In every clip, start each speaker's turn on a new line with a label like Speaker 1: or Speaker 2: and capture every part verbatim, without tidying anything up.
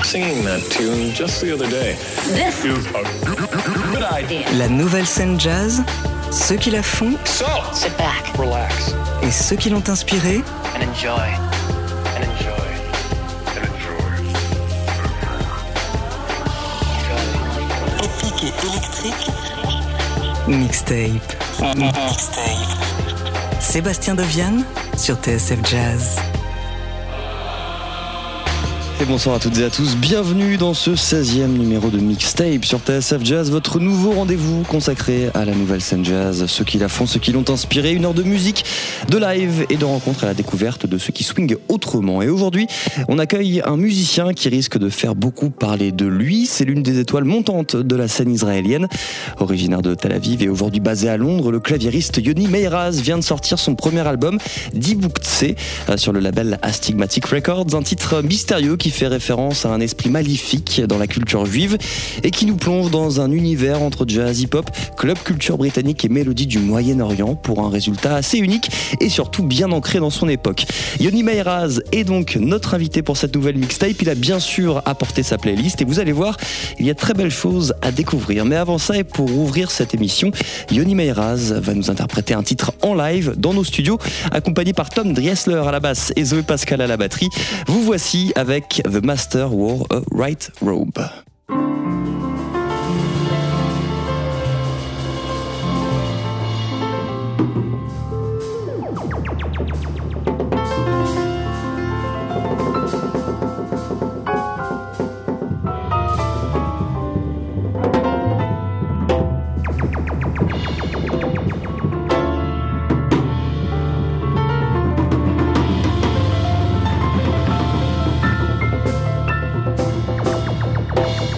Speaker 1: singing that tune just the other day.
Speaker 2: This is a good idea.
Speaker 3: La nouvelle scène jazz, ceux qui la font,
Speaker 1: So,
Speaker 2: Sit back
Speaker 1: relax
Speaker 3: et ceux qui l'ont inspirée,
Speaker 2: and enjoy.
Speaker 1: and enjoy. And enjoy.
Speaker 3: épique et électrique, mixtape. Mixtape. Sébastien Deviane sur T S F Jazz.
Speaker 4: Et bonsoir à toutes et à tous, bienvenue dans ce seizième numéro de Mixtape sur T S F Jazz, votre nouveau rendez-vous consacré à la nouvelle scène jazz, ceux qui la font, ceux qui l'ont inspiré, une heure de musique, de live et de rencontres à la découverte de ceux qui swingent autrement. Et aujourd'hui, on accueille un musicien qui risque de faire beaucoup parler de lui, c'est l'une des étoiles montantes de la scène israélienne, originaire de Tel Aviv et aujourd'hui basé à Londres, le claviériste Yoni Meiraz vient de sortir son premier album, Dibouktsé, sur le label Astigmatic Records, un titre mystérieux qui fait référence à un esprit maléfique dans la culture juive et qui nous plonge dans un univers entre jazz, hip-hop, club culture britannique et mélodie du Moyen-Orient pour un résultat assez unique et surtout bien ancré dans son époque. Yoni Meiraz est donc notre invité pour cette nouvelle mixtape. Il a bien sûr apporté sa playlist et vous allez voir, il y a de très belles choses à découvrir. Mais avant ça et pour ouvrir cette émission, Yoni Meiraz va nous interpréter un titre en live dans nos studios, accompagné par Tom Driessler à la basse et Zoé Pascal à la batterie. Vous voici avec The Master Wore a White Robe.
Speaker 5: We'll be right back.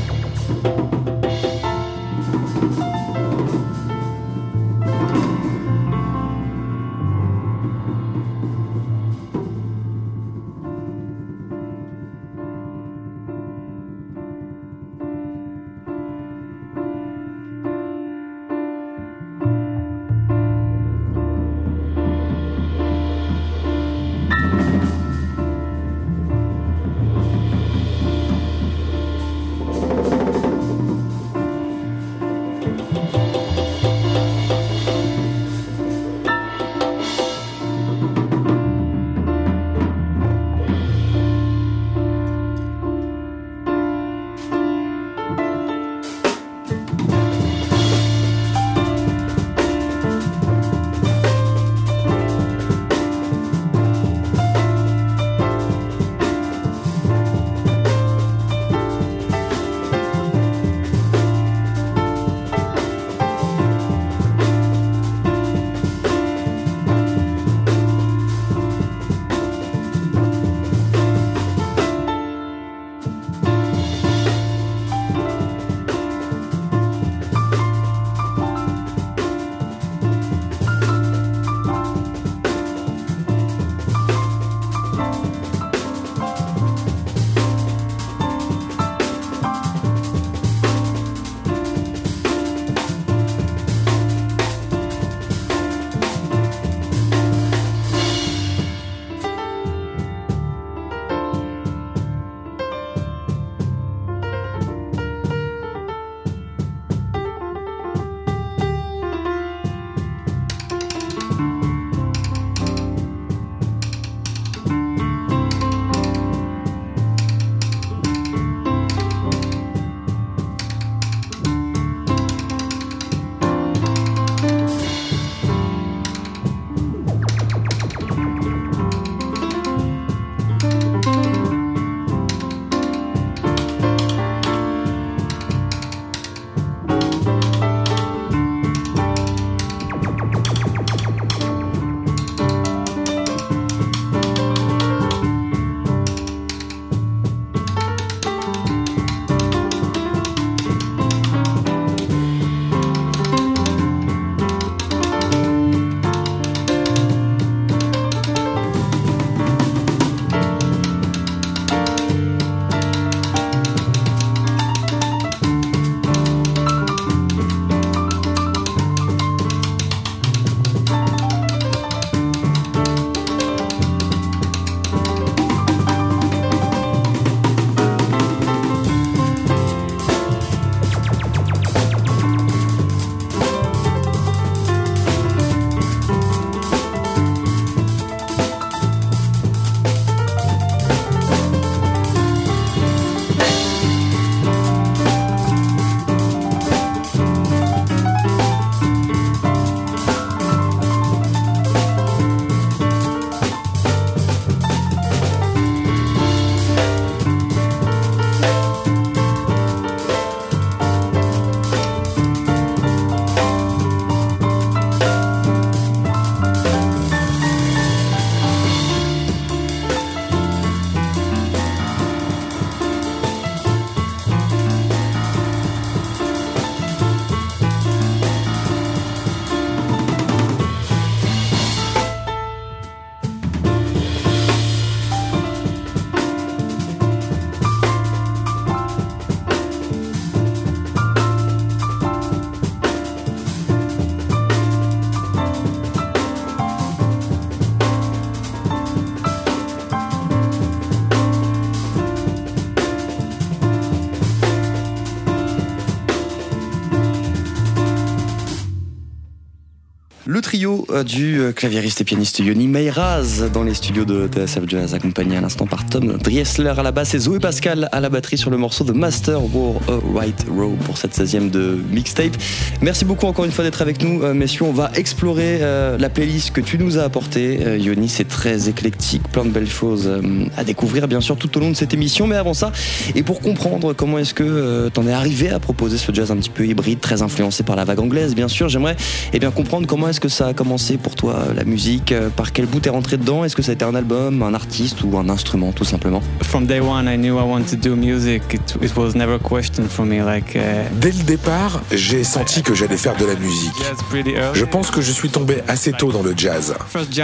Speaker 4: Le trio du claviériste et pianiste Yoni Meiraz dans les studios de T S F Jazz, accompagné à l'instant par Tom Driessler à la basse et Zoé Pascal à la batterie sur le morceau de Master War a Right Row pour cette seizième de mixtape. Merci beaucoup encore une fois d'être avec nous, messieurs. On va explorer euh, la playlist que tu nous as apportée. Euh, Yoni, c'est très éclectique, plein de belles choses euh, à découvrir bien sûr tout au long de cette émission. Mais avant ça, et pour comprendre comment est-ce que euh, t'en es arrivé à proposer ce jazz un petit peu hybride, très influencé par la vague anglaise, bien sûr, j'aimerais eh bien comprendre comment est-ce que ça a commencé pour toi, la musique, par quel bout t'es rentré dedans, est-ce que ça a été un album, un artiste ou un instrument tout simplement?
Speaker 5: From day one, I knew I wanted to do music. It, it was never a question for me. Like, uh...
Speaker 6: Dès le départ, j'ai senti que j'allais faire de la musique. Je pense que je suis tombé assez tôt dans le jazz.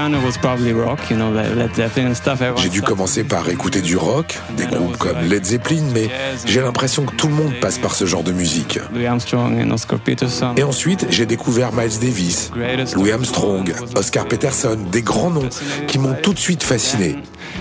Speaker 6: J'ai dû commencer par écouter du rock, des groupes comme Led Zeppelin, mais j'ai l'impression que tout le monde passe par ce genre de musique. Et ensuite, j'ai découvert Miles Davis, Louis Armstrong, Oscar Peterson, des grands noms qui m'ont tout de suite fasciné.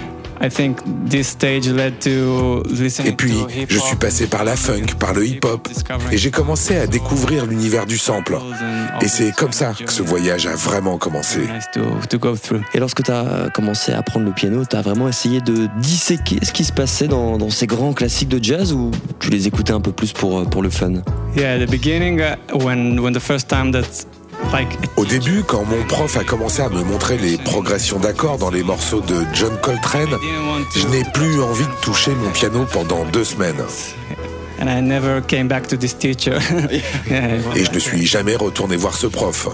Speaker 6: Et puis, je suis passé par la funk, par le hip-hop, et j'ai commencé à découvrir l'univers du sample. Et c'est comme ça que ce voyage a vraiment commencé.
Speaker 4: Et lorsque tu as commencé à apprendre le piano, tu as vraiment essayé de disséquer ce qui se passait dans, dans ces grands classiques de jazz, ou tu les écoutais un peu plus pour, pour le fun?
Speaker 5: Yeah, the beginning, when, when the first time that
Speaker 6: Au début, quand mon prof a commencé à me montrer les progressions d'accords dans les morceaux de John Coltrane, je n'ai plus envie de toucher mon piano pendant deux semaines. Et je ne suis jamais retourné voir ce prof.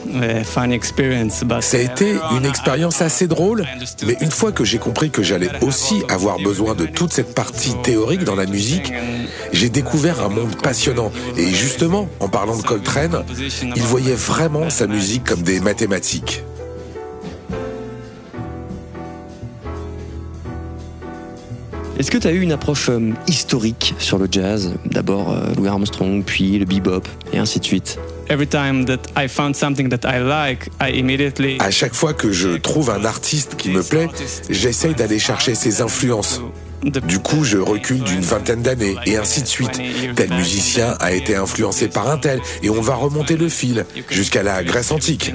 Speaker 6: Ça a été une expérience assez drôle, mais une fois que j'ai compris que j'allais aussi avoir besoin de toute cette partie théorique dans la musique, j'ai découvert un monde passionnant. Et justement, en parlant de Coltrane, il voyait vraiment sa musique comme des mathématiques.
Speaker 4: Est-ce que tu as eu une approche euh, historique sur le jazz? D'abord euh, Louis Armstrong, puis le bebop, et ainsi de suite.
Speaker 5: Every time that I found something that I like, I immediately...
Speaker 6: À chaque fois que je trouve un artiste qui me plaît, j'essaye d'aller chercher ses influences. Du coup, je recule d'une vingtaine d'années, et ainsi de suite. Tel musicien a été influencé par un tel, et on va remonter le fil jusqu'à la Grèce antique.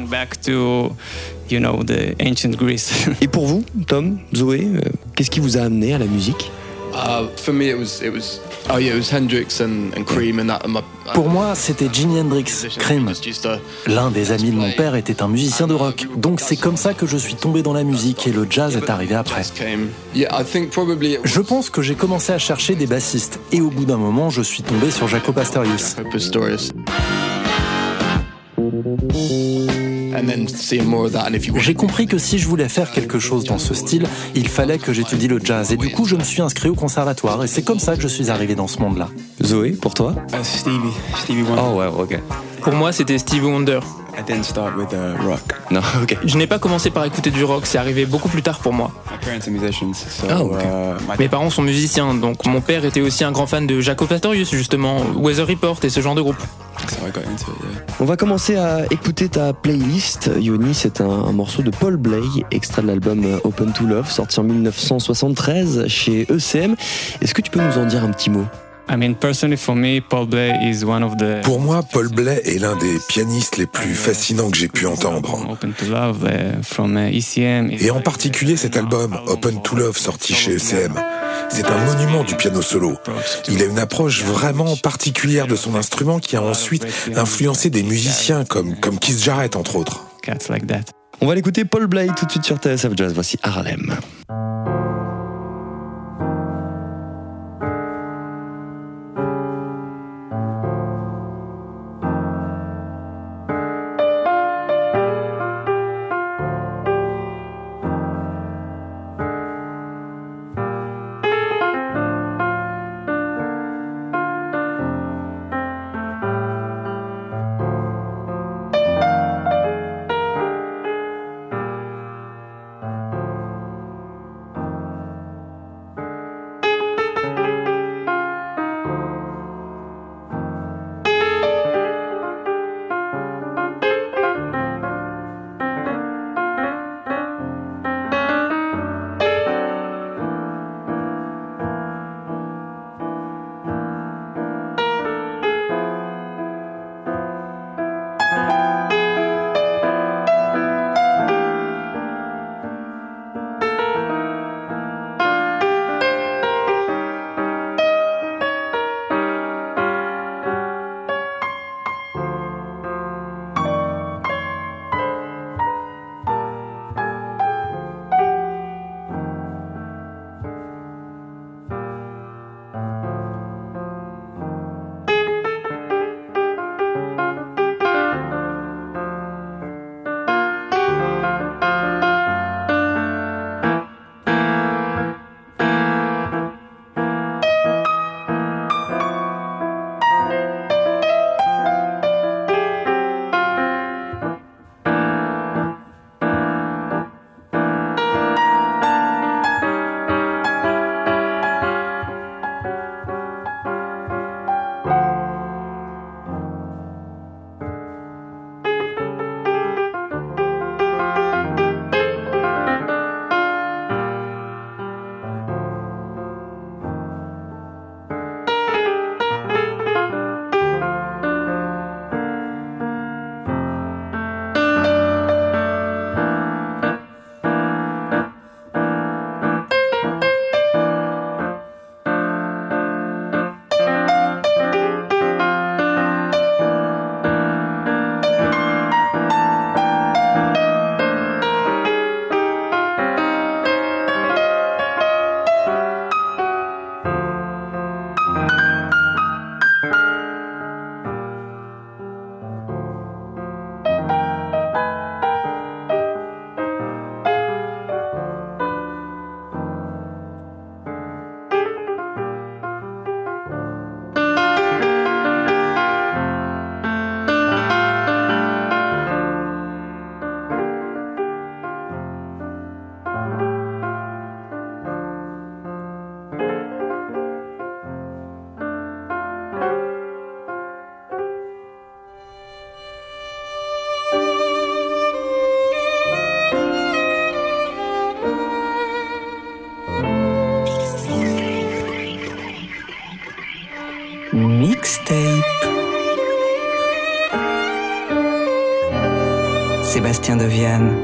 Speaker 4: Et pour vous, Tom, Zoé, euh, qu'est-ce qui vous a amené à la musique?
Speaker 7: Uh, for me, it was, it was, oh yeah, it was Hendrix and, and Cream and that. And my,
Speaker 8: Pour moi, c'était Jimi Hendrix, Cream. L'un des amis de mon père était un musicien de rock, donc c'est comme ça que je suis tombé dans la musique et le jazz est arrivé après. Je pense que j'ai commencé à chercher des bassistes et au bout d'un moment, je suis tombé sur Jaco Pastorius. J'ai compris que si je voulais faire quelque chose dans ce style, il fallait que j'étudie le jazz. Et du coup, je me suis inscrit au conservatoire. Et c'est comme ça que je suis arrivé dans ce monde-là.
Speaker 4: Zoé, pour toi?
Speaker 9: uh, Stevie, Stevie Wonder.
Speaker 4: Oh ouais, ok.
Speaker 10: Pour moi, c'était Stevie Wonder.
Speaker 9: I didn't start with uh, rock.
Speaker 4: Non, ok.
Speaker 10: Je n'ai pas commencé par écouter du rock, c'est arrivé beaucoup plus tard pour moi.
Speaker 9: My parents are musicians, so,
Speaker 4: Ah, ok.
Speaker 9: uh, my...
Speaker 10: Mes parents sont musiciens, donc mon père était aussi un grand fan de Jaco Pastorius, justement, Weather Report et ce genre de groupe.
Speaker 9: So I got into it, yeah.
Speaker 4: On va commencer à écouter ta playlist. Yoni, c'est un, un morceau de Paul Bley, extrait de l'album Open to Love, sorti en dix-neuf cent soixante-treize chez E C M. Est-ce que tu peux nous en dire un petit mot?
Speaker 5: I mean, personally for me, Paul Bley is one of the...
Speaker 6: Pour moi, Paul Bley est l'un des pianistes les plus fascinants que j'ai pu entendre.
Speaker 5: Open to Love, uh, from uh, E C M.
Speaker 6: Et en particulier cet album, Open to Love, sorti chez E C M. C'est un monument du piano solo. Il a une approche vraiment particulière de son instrument qui a ensuite influencé des musiciens comme, comme Keith Jarrett, entre autres.
Speaker 5: Cats like that.
Speaker 4: On va l'écouter Paul Bley tout de suite sur T S F Jazz. Voici Harlem.
Speaker 3: Mixtape. Sébastien Devienne.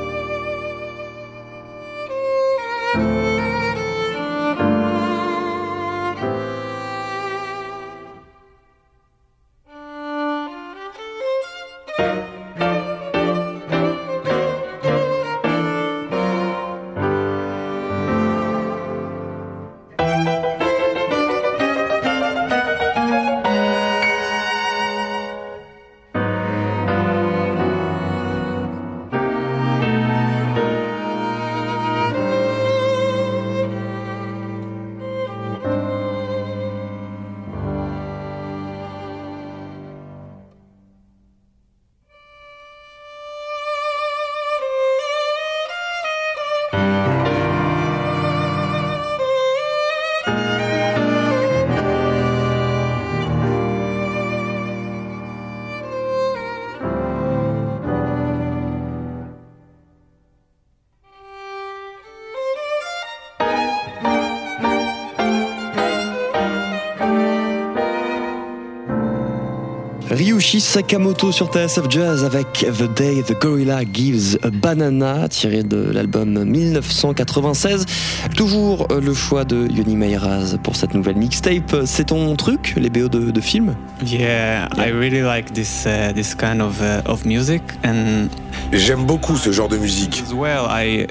Speaker 4: Ryuichi Sakamoto sur T S F Jazz avec The Day the Gorilla Gives a Banana, tiré de l'album dix-neuf cent quatre-vingt-seize. Toujours le choix de Yoni Meiraz pour cette nouvelle mixtape. C'est ton truc, les B O de, de films?
Speaker 5: Yeah, yeah, I really like this uh, this kind of uh, of music and.
Speaker 6: J'aime beaucoup ce genre de musique.
Speaker 5: As well, I.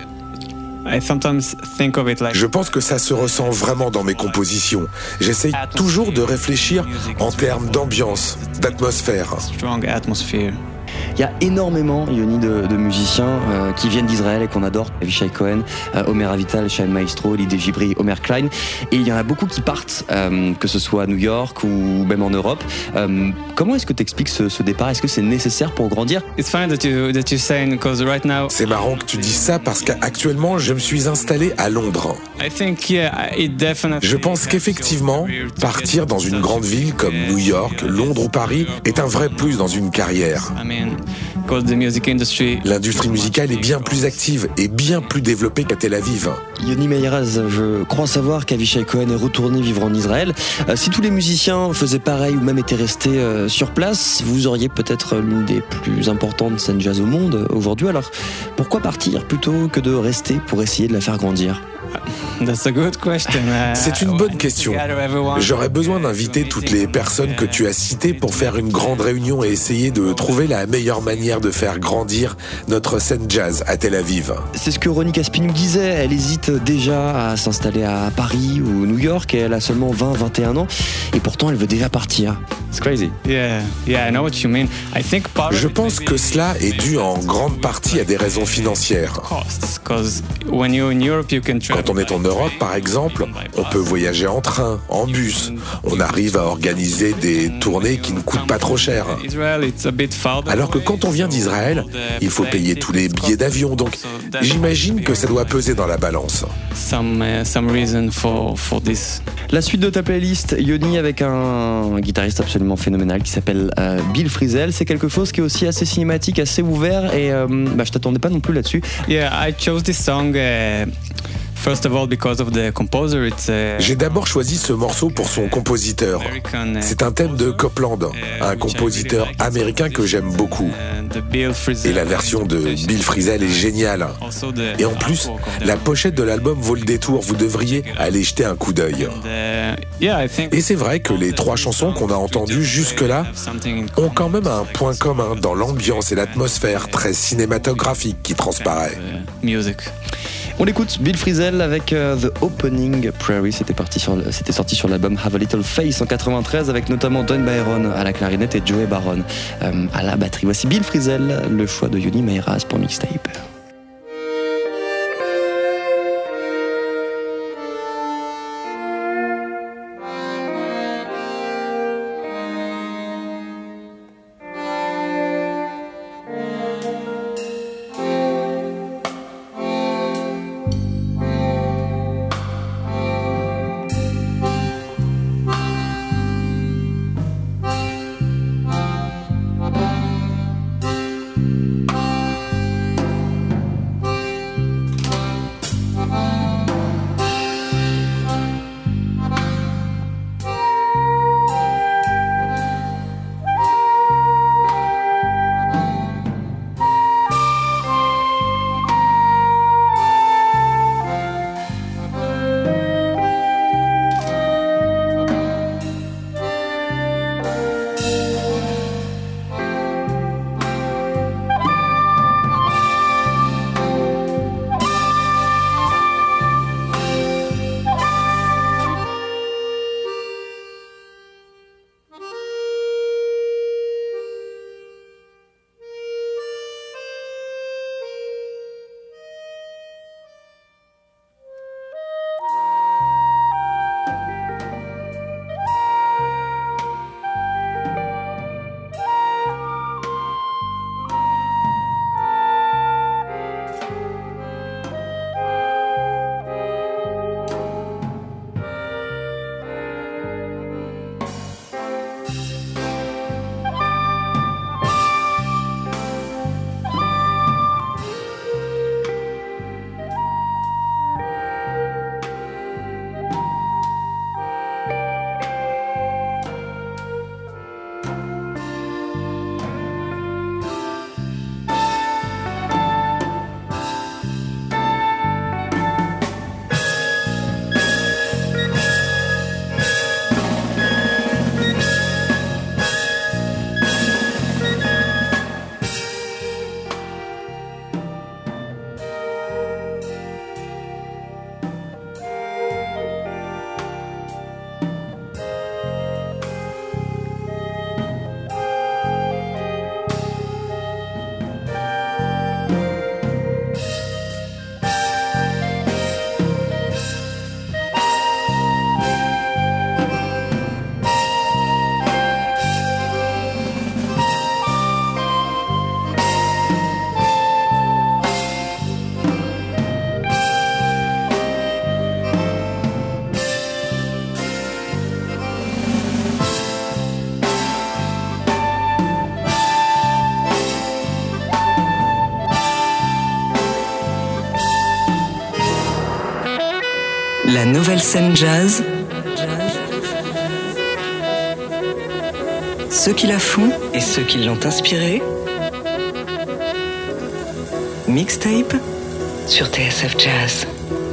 Speaker 5: I sometimes think of it like...
Speaker 6: Je pense que ça se ressent vraiment dans mes compositions. J'essaye toujours de réfléchir en termes d'ambiance, d'atmosphère.
Speaker 5: Strong atmosphere.
Speaker 4: Il y a énormément, Yoni, de, de musiciens euh, qui viennent d'Israël et qu'on adore. Avishai Cohen, euh, Omer Avital, Shai Maestro, Lidé Gibri, Omer Klein. Et il y en a beaucoup qui partent, euh, que ce soit à New York ou même en Europe. Euh, comment est-ce que tu expliques ce, ce départ? Est-ce que c'est nécessaire pour grandir?
Speaker 5: It's funny that you, that you say, because right now...
Speaker 6: C'est marrant que tu dises ça parce qu'actuellement, je me suis installé à Londres.
Speaker 5: I think, yeah, it definitely...
Speaker 6: Je pense qu'effectivement, partir dans une grande ville comme New York, Londres ou Paris est un vrai plus dans une carrière. L'industrie musicale est bien plus active et bien plus développée qu'à Tel Aviv.
Speaker 4: Yoni Meiraz, je crois savoir qu'Avishai Cohen est retourné vivre en Israël. Euh, si tous les musiciens faisaient pareil ou même étaient restés euh, sur place, vous auriez peut-être l'une des plus importantes scènes jazz au monde aujourd'hui. Alors pourquoi partir plutôt que de rester pour essayer de la faire grandir?
Speaker 5: That's a good question. Uh,
Speaker 6: C'est une bonne question. J'aurais besoin d'inviter toutes les personnes que tu as citées pour faire une grande réunion et essayer de trouver la meilleure manière de faire grandir notre scène jazz à Tel Aviv.
Speaker 4: C'est ce que Ronnie Caspi nous disait. Elle hésite déjà à s'installer à Paris ou New York et elle a seulement vingt à vingt et un ans et pourtant elle veut déjà partir. C'est crazy.
Speaker 5: Yeah, yeah, I know what you mean. I think part
Speaker 6: Je pense que cela est dû en grande partie à des raisons financières. Quand on est en Europe, par exemple, on peut voyager en train, en bus. On arrive à organiser des tournées qui ne coûtent pas trop cher. Alors que quand on vient d'Israël, il faut payer tous les billets d'avion. Donc, j'imagine que ça doit peser dans la balance.
Speaker 4: La suite de ta playlist, Yoni, avec un, un guitariste absolument phénoménal qui s'appelle euh, Bill Frisell. C'est quelque chose qui est aussi assez cinématique, assez ouvert et euh, bah, je t'attendais pas non plus là-dessus.
Speaker 5: Yeah, I chose this song. Uh... First of all, because of the composer, it's a...
Speaker 6: J'ai d'abord choisi ce morceau pour son compositeur. C'est un thème de Copland, un compositeur américain que j'aime beaucoup. Et la version de Bill Frisell est géniale. Et en plus, la pochette de l'album vaut le détour. Vous devriez aller jeter un coup d'œil. Et c'est vrai que les trois chansons qu'on a entendues jusque-là ont quand même un point commun dans l'ambiance et l'atmosphère très cinématographique qui transparaît.
Speaker 4: On l'écoute, Bill Frisell avec uh, The Opening Prairie. C'était, parti sur le, c'était sorti sur l'album Have a Little Face en quatre-vingt-treize avec notamment Don Byron à la clarinette et Joey Baron euh, à la batterie. Voici Bill Frisell, le choix de Yoni Meiraz pour Mixtape.
Speaker 3: La nouvelle scène jazz. Ceux qui la font et ceux qui l'ont inspirée. Mixtape sur T S F Jazz.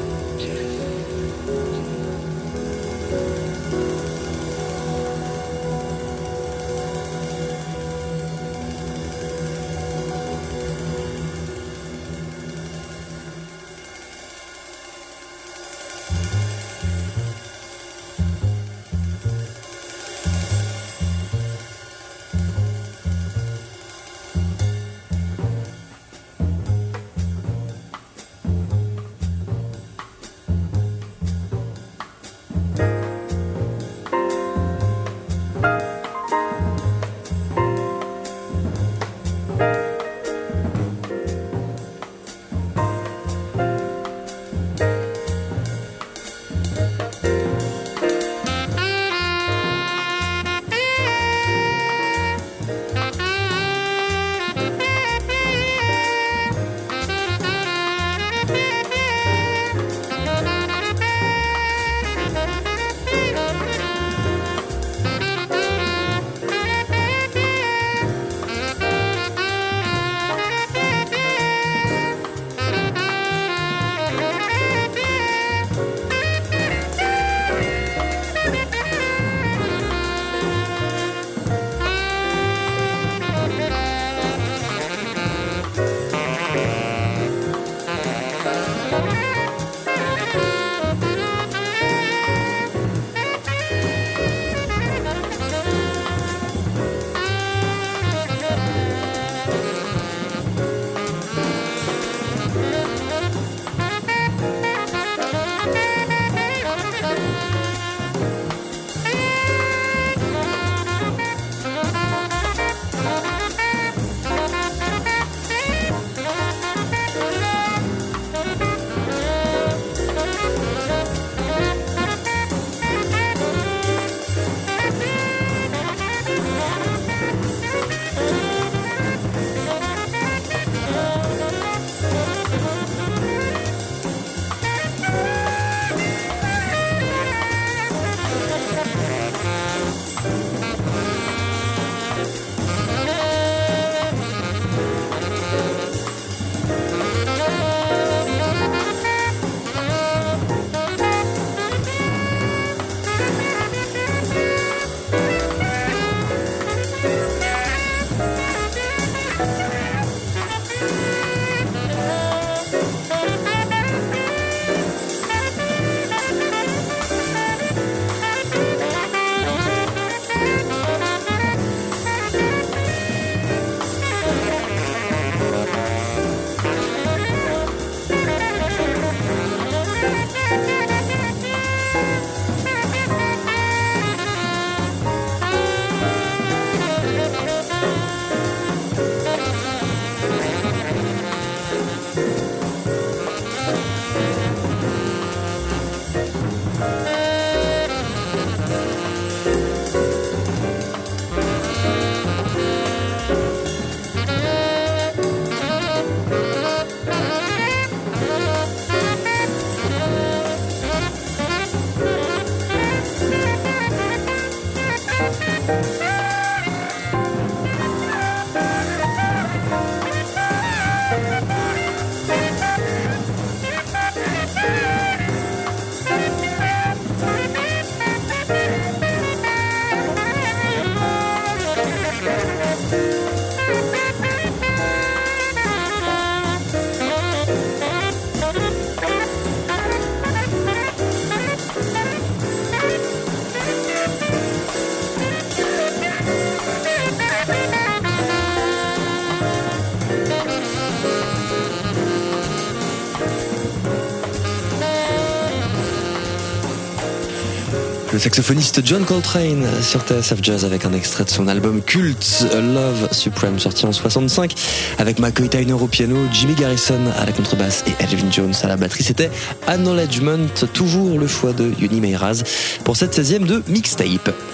Speaker 4: Le saxophoniste John Coltrane sur T S F Jazz avec un extrait de son album culte Love Supreme sorti en soixante-cinq avec McCoy Tyner au piano, Jimmy Garrison à la contrebasse et Elvin Jones à la batterie. C'était Acknowledgement, toujours le choix de Yoni Meiraz pour cette seizième de Mixtape.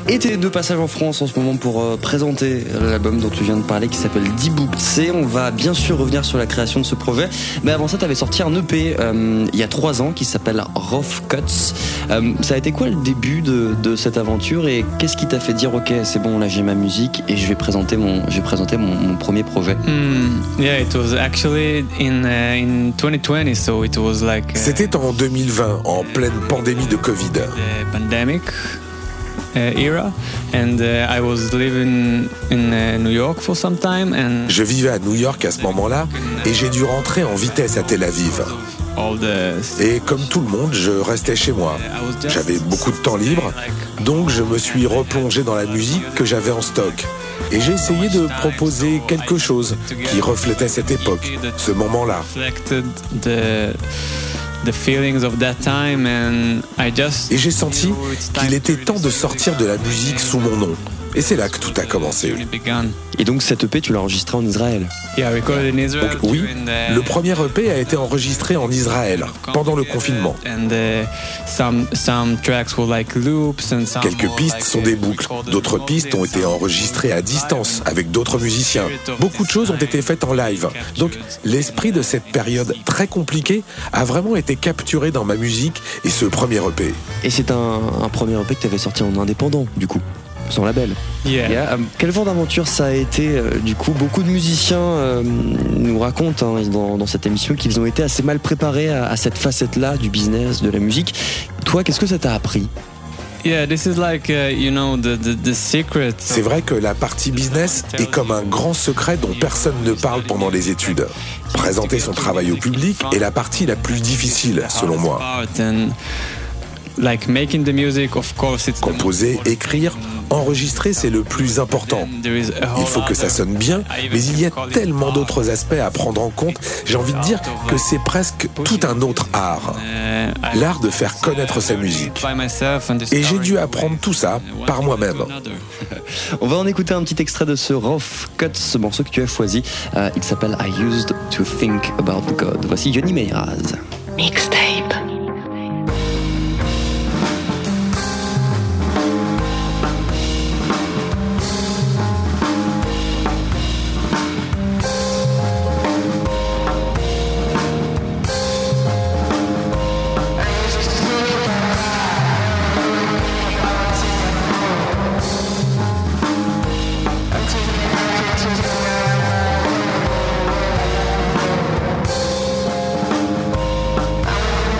Speaker 4: Et t'es de passage en France en ce moment pour euh, présenter l'album dont tu viens de parler qui s'appelle D-Booked. On va bien sûr revenir sur la création de ce projet, mais avant ça t'avais sorti un E P euh, il y a trois ans qui s'appelle Rough Cuts. Euh, ça a été quoi le début de, de cette aventure et qu'est-ce qui t'a fait dire ok c'est bon là j'ai ma musique et je vais présenter mon, je vais présenter mon, mon premier projet?
Speaker 5: Mm, yeah, it was actually in uh, in twenty twenty, so it was like. Uh,
Speaker 6: C'était en deux mille vingt, en pleine pandémie de Covid.
Speaker 5: The pandemic. Uh, era and uh, I was living in uh, New York for some time and
Speaker 6: je vivais à New York à ce moment-là et j'ai dû rentrer en vitesse à Tel Aviv. Et comme tout le monde, je restais chez moi. J'avais beaucoup de temps libre, donc je me suis replongé dans la musique que j'avais en stock. Et j'ai essayé de proposer quelque chose qui reflétait cette époque, ce moment-là.
Speaker 5: The feelings of that time and I just
Speaker 6: Et j'ai senti qu'il était temps de sortir de la musique sous mon nom. Et c'est là que tout a commencé.
Speaker 4: Et donc cet E P, tu l'as enregistré en Israël?
Speaker 6: Donc oui, le premier E P a été enregistré en Israël, pendant le confinement. Quelques pistes sont des boucles, d'autres pistes ont été enregistrées à distance, avec d'autres musiciens. Beaucoup de choses ont été faites en live. Donc l'esprit de cette période très compliquée a vraiment été capturé dans ma musique et ce premier E P.
Speaker 4: Et c'est un, un premier E P que tu avais sorti en indépendant, du coup? Son label.
Speaker 5: Yeah.
Speaker 4: Yeah. Um, quel genre d'aventure ça a été euh, du coup? Beaucoup de musiciens euh, nous racontent hein, dans, dans cette émission qu'ils ont été assez mal préparés à, à cette facette-là du business, de la musique. Toi, qu'est-ce que ça t'a appris?
Speaker 5: Yeah, this is like, uh, you know, the, the, the secret.
Speaker 6: C'est vrai que la partie business est comme un grand secret dont personne ne parle pendant les études. Présenter son travail au public est la partie la plus difficile, selon moi.
Speaker 5: Like making the music, of course, it's
Speaker 6: composer, écrire, enregistrer, c'est le plus important. Il faut que ça sonne bien, mais il y a tellement d'autres aspects à prendre en compte. J'ai envie de dire que c'est presque tout un autre art. L'art de faire connaître sa musique. Et j'ai dû apprendre tout ça par moi-même.
Speaker 4: On va en écouter un petit extrait de ce Rough Cuts, ce morceau que tu as choisi. Euh, il s'appelle I Used to Think About God. Voici Yoni Meiraz.
Speaker 2: Mixtape.
Speaker 11: I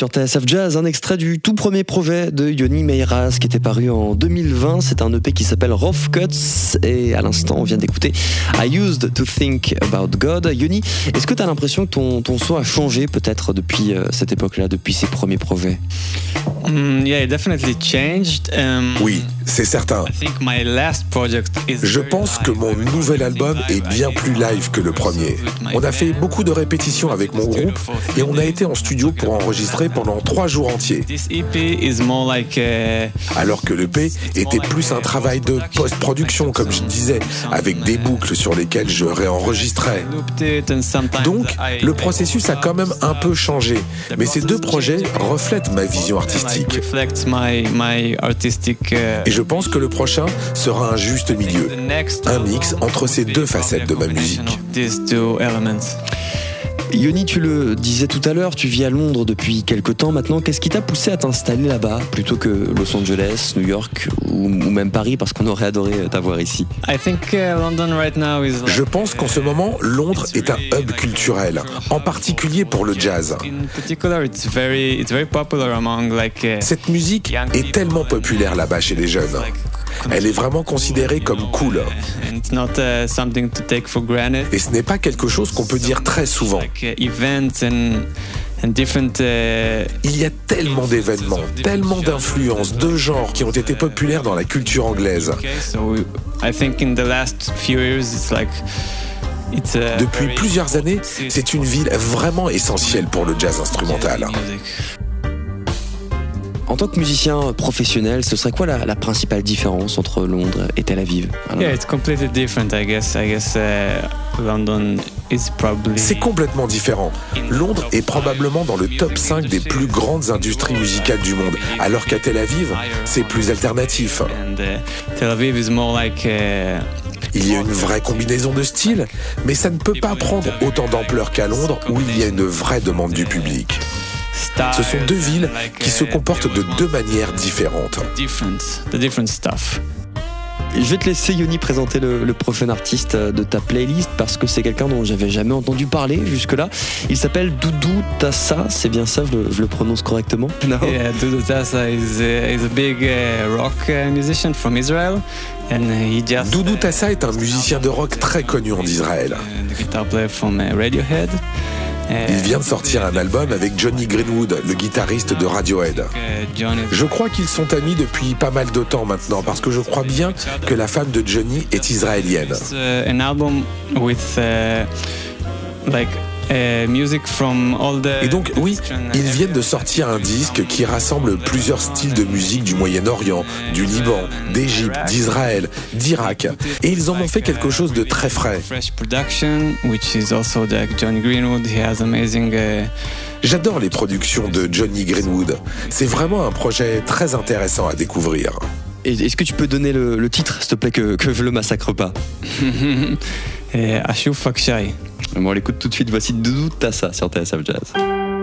Speaker 4: sur T S F Jazz, un extrait du tout premier projet de Yoni Meïras qui était paru en deux mille vingt. C'est un E P qui s'appelle Rough Cuts et à l'instant on vient d'écouter I Used to Think About God. Yoni, est-ce que tu as l'impression que ton, ton son a changé peut-être depuis euh, cette époque-là, depuis ces premiers projets?
Speaker 5: Mm, yeah, it definitely changed. Um,
Speaker 6: oui, c'est certain.
Speaker 5: I think my last project is
Speaker 6: Je pense que mon nouvel album est bien plus live que le premier. On a fait beaucoup de répétitions avec mon groupe et on a été en studio pour enregistrer pendant trois jours entiers. Alors que l'E P était plus un travail de post-production, comme je disais, avec des boucles sur lesquelles je réenregistrais. Donc, le processus a quand même un peu changé, mais ces deux projets reflètent ma vision artistique. Et je pense que le prochain sera un juste milieu, un mix entre ces deux facettes de ma musique.
Speaker 4: Yoni, tu le disais tout à l'heure, tu vis à Londres depuis quelque temps maintenant. Qu'est-ce qui t'a poussé à t'installer là-bas plutôt que Los Angeles, New York ou, ou même Paris, parce qu'on aurait adoré t'avoir ici?
Speaker 6: Je pense qu'en ce moment, Londres est un hub culturel, en particulier pour le jazz. Cette musique est tellement populaire là-bas chez les jeunes. Elle est vraiment considérée comme cool. Et ce n'est pas quelque chose qu'on peut dire très souvent. Il y a tellement d'événements, tellement d'influences, de genres qui ont été populaires dans la culture anglaise. Depuis plusieurs années, c'est une ville vraiment essentielle pour le jazz instrumental.
Speaker 4: En tant que musicien professionnel, ce serait quoi la, la principale différence entre Londres et Tel Aviv?
Speaker 5: Yeah, it's completely different, I guess. I guess uh, London is probably...
Speaker 6: C'est complètement différent. Londres est probablement dans le top cinq des plus grandes industries musicales du monde, alors qu'à Tel Aviv, c'est plus alternatif.
Speaker 5: And, uh, Tel Aviv is more like... Uh,
Speaker 6: Il y a une vraie combinaison de styles, mais ça ne peut pas prendre autant d'ampleur qu'à Londres, où il y a une vraie demande du public. Ce sont deux villes qui se comportent de deux manières différentes.
Speaker 4: Je vais te laisser, Yoni, présenter le, le prochain artiste de ta playlist parce que c'est quelqu'un dont j'avais jamais entendu parler jusque-là. Il s'appelle Doudou Tassa, c'est bien ça, je le, je le prononce correctement?
Speaker 5: No? Yeah, Doudou Tassa is, uh, is a big uh, rock uh, musician from Israel. And he just,
Speaker 6: Doudou Tassa est un musicien de rock très connu en Israël.
Speaker 5: Uh, the guitar player from uh, Radiohead.
Speaker 6: Il vient de sortir un album avec Johnny Greenwood, le guitariste de Radiohead. Je crois qu'ils sont amis depuis pas mal de temps maintenant, parce que je crois bien que la femme de Johnny est israélienne. Et donc, oui, ils viennent de sortir un disque qui rassemble plusieurs styles de musique du Moyen-Orient, du Liban, d'Égypte, d'Israël, d'Irak. Et ils en ont fait quelque chose de très frais. J'adore les productions de Johnny Greenwood. C'est vraiment un projet très intéressant à découvrir.
Speaker 4: Et est-ce que tu peux donner le, le titre, s'il te plaît, que, que je le massacre pas?
Speaker 5: Ashuf Fakshai.
Speaker 4: Bon, on l'écoute tout de suite. Voici Doudou Tassa sur T S F Jazz.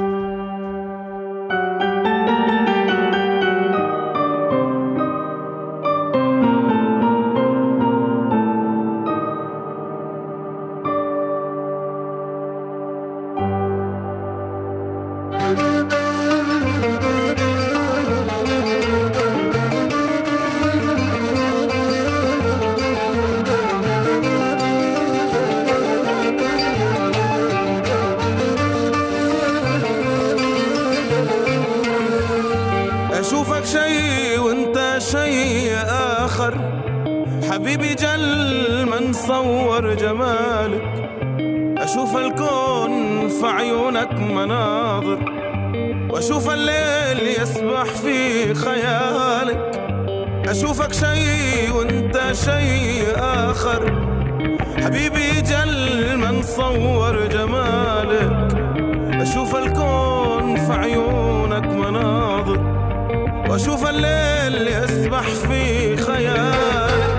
Speaker 11: أشوفك شيء وانت شيء آخر حبيبي جل ما نصور جمالك أشوف الكون في عيونك مناظر وأشوف الليل يسبح في خيالك أشوفك شيء وانت شيء آخر حبيبي جل ما نصور جمالك أشوف الكون في عيونك مناظر وأشوف الليل يسبح في خيالك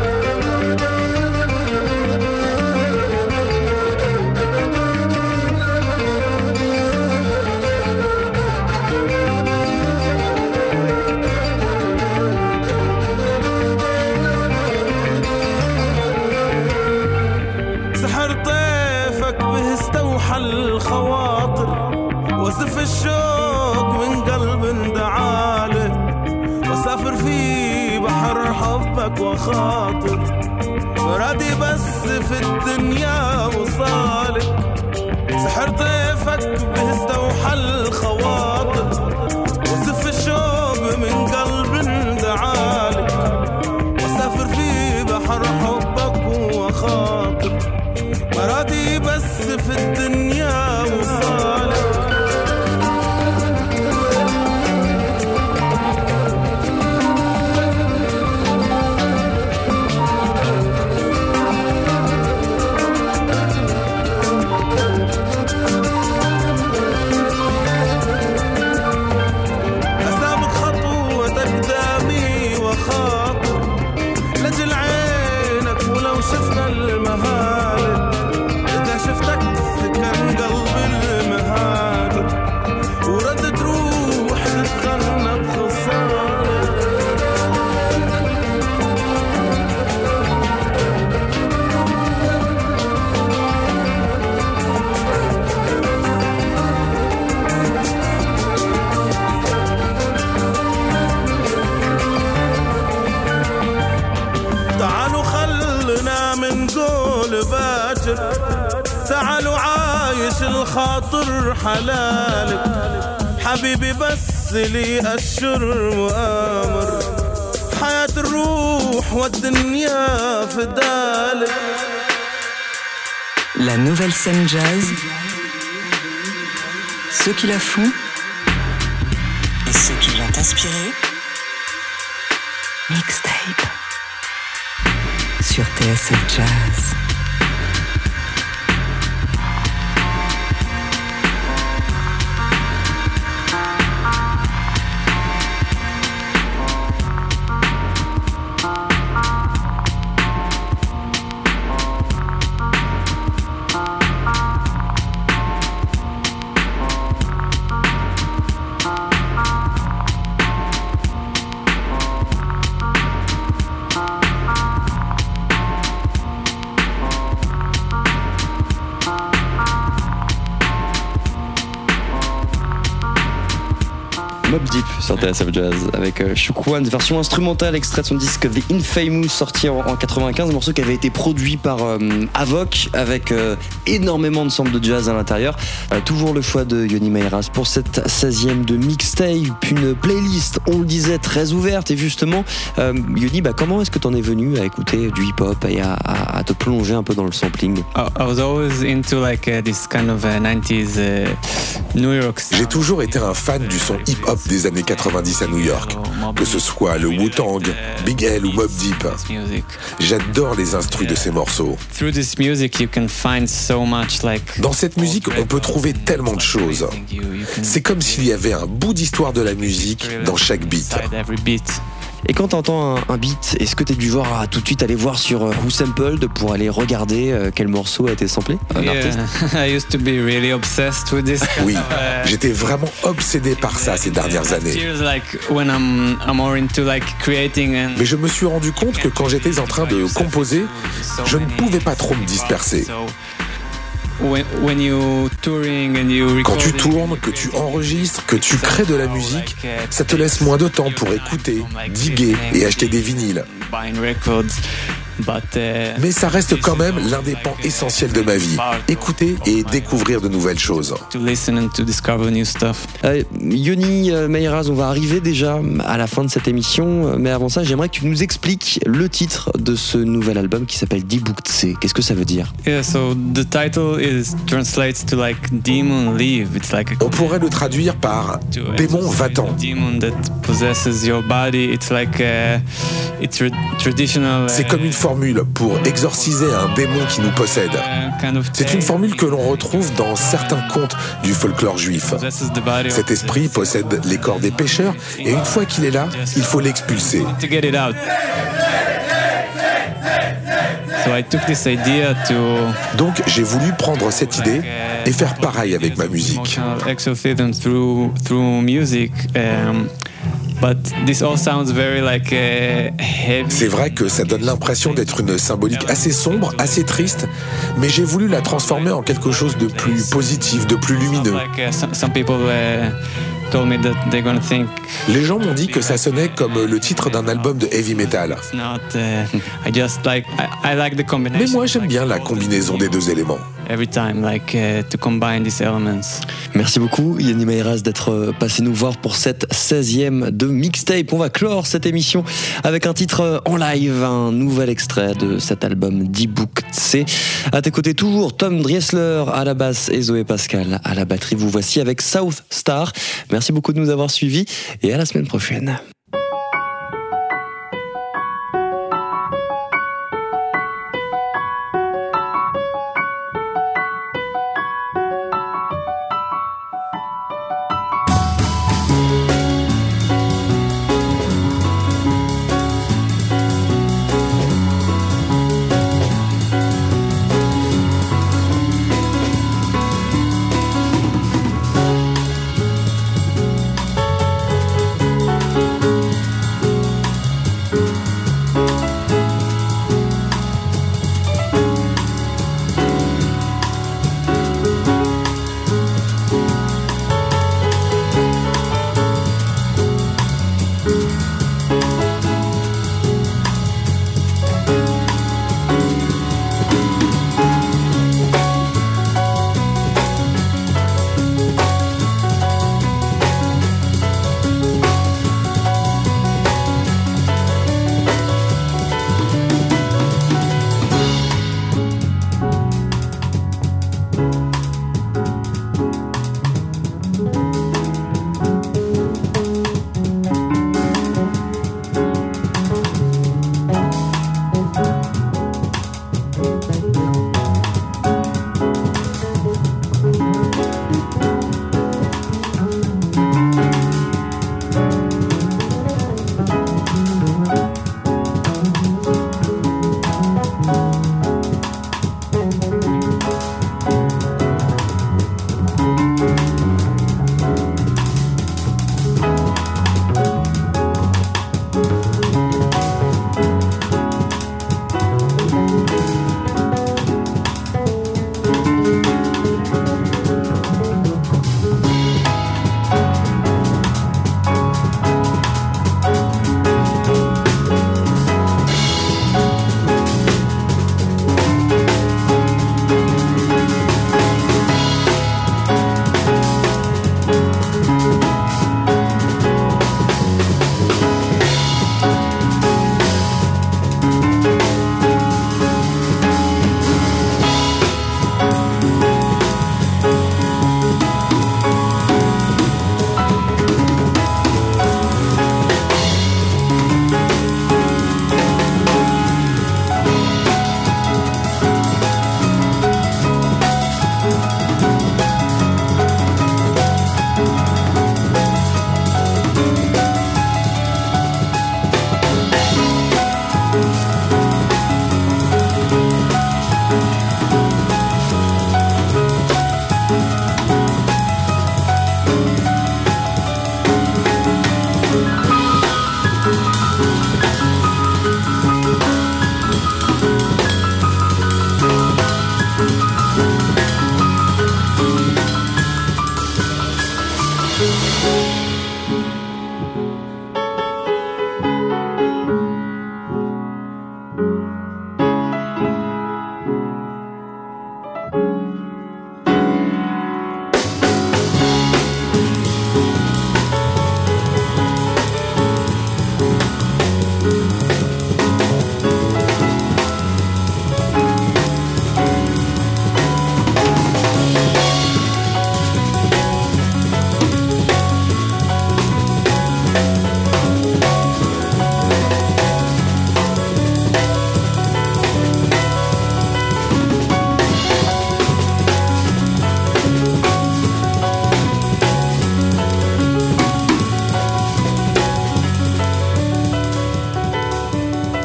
Speaker 11: سحر طيفك به استوحى الخواطر وزف الشوق من قلبك حبك وخاطر مرادي بس في الدنيا وصالك سحر طيفك به استوحى الخواطر وزف الشوق من قلب دعالك وسافر في بحر حبك وخاطر مرادي بس في الدنيا وصالك شفنا المهالك إذا شفتك سكن قلب المهالك وردت روح تتخنى بخسارة تعالوا خلنا من قول باكر تعالوا عايش الخاطر حلالك حبيبي بس لي أشر وآمر حياة الروح والدنيا فدالك.
Speaker 3: La nouvelle scène jazz, ceux qui la font et ceux qui l'ont inspirée. Mixtape sur T S F Jazz.
Speaker 4: Mobb Deep sur T S F Jazz avec euh, Shook One, version instrumentale extrait de son disque The Infamous sorti en, en quatre-vingt-quinze, morceau qui avait été produit par euh, Avoc avec euh, énormément de samples de jazz à l'intérieur. Euh, toujours le choix de Yoni Meiras pour cette seizième de mixtape, une playlist, on le disait, très ouverte. Et justement, euh, Yoni, bah, comment est-ce que t'en es venu à écouter du hip-hop et à, à, à te plonger un peu dans le sampling?
Speaker 5: I was always into like uh, this kind of uh, nineties uh, New York.
Speaker 6: J'ai toujours été un fan du son hip-hop des années quatre-vingt-dix à New York, que ce soit le Wu-Tang, Big L ou Mobb Deep. J'adore les instrus de ces morceaux. Dans cette musique, on peut trouver tellement de choses. C'est comme s'il y avait un bout d'histoire de la musique dans chaque beat.
Speaker 4: Et quand t'entends un, un beat, est-ce que t'es du genre à tout de suite aller voir sur uh, Who Sampled pour aller regarder uh, quel morceau a été samplé? Un
Speaker 5: yeah.
Speaker 4: artiste?
Speaker 5: I used to be really obsessed with this.
Speaker 6: Oui, j'étais vraiment obsédé par ça ces dernières années. Mais je me suis rendu compte que quand j'étais en train de composer, je ne pouvais pas trop me disperser. Quand tu tournes, que tu enregistres, que tu crées de la musique, ça te laisse moins de temps pour écouter, diguer et acheter des vinyles. Mais ça reste quand même l'un des pans essentiels de ma vie. Écouter et découvrir de nouvelles choses.
Speaker 4: Euh, Yoni Meiras, on va arriver déjà à la fin de cette émission, mais avant ça, j'aimerais que tu nous expliques le titre de ce nouvel album qui s'appelle Dibukhtse. Qu'est-ce que ça veut dire?
Speaker 5: Yeah, so the title is translates to like demon leave. It's like a
Speaker 6: On pourrait le traduire par démon va-t'en.
Speaker 5: Demon that possesses your body. It's like a, it's traditional.
Speaker 6: C'est comme une formule pour exorciser un démon qui nous possède. C'est une formule que l'on retrouve dans certains contes du folklore juif. Cet esprit possède les corps des pécheurs et une fois qu'il est là, il faut l'expulser. Donc j'ai voulu prendre cette idée et faire pareil avec ma musique. C'est vrai que ça donne l'impression d'être une symbolique assez sombre, assez triste, mais j'ai voulu la transformer en quelque chose de plus positif, de plus lumineux.
Speaker 5: told me that they're gonna think.
Speaker 6: Les gens m'ont dit que ça sonnait comme le titre d'un album de heavy metal.
Speaker 5: Not, uh, I just like I, I like the combination.
Speaker 6: Mais moi j'aime bien la combinaison des deux éléments.
Speaker 5: Every time, like uh, to combine these elements.
Speaker 4: Merci beaucoup Yanni Meiraz d'être passé nous voir pour cette seizième de Mixtape. On va clore cette émission avec un titre en live, un nouvel extrait de cet album d'E-Book C. À tes côtés toujours Tom Driessler à la basse et Zoé Pascal à la batterie. Vous voici avec South Star. Merci beaucoup de nous avoir suivis et à la semaine prochaine.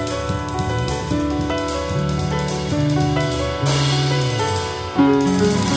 Speaker 12: Thank you.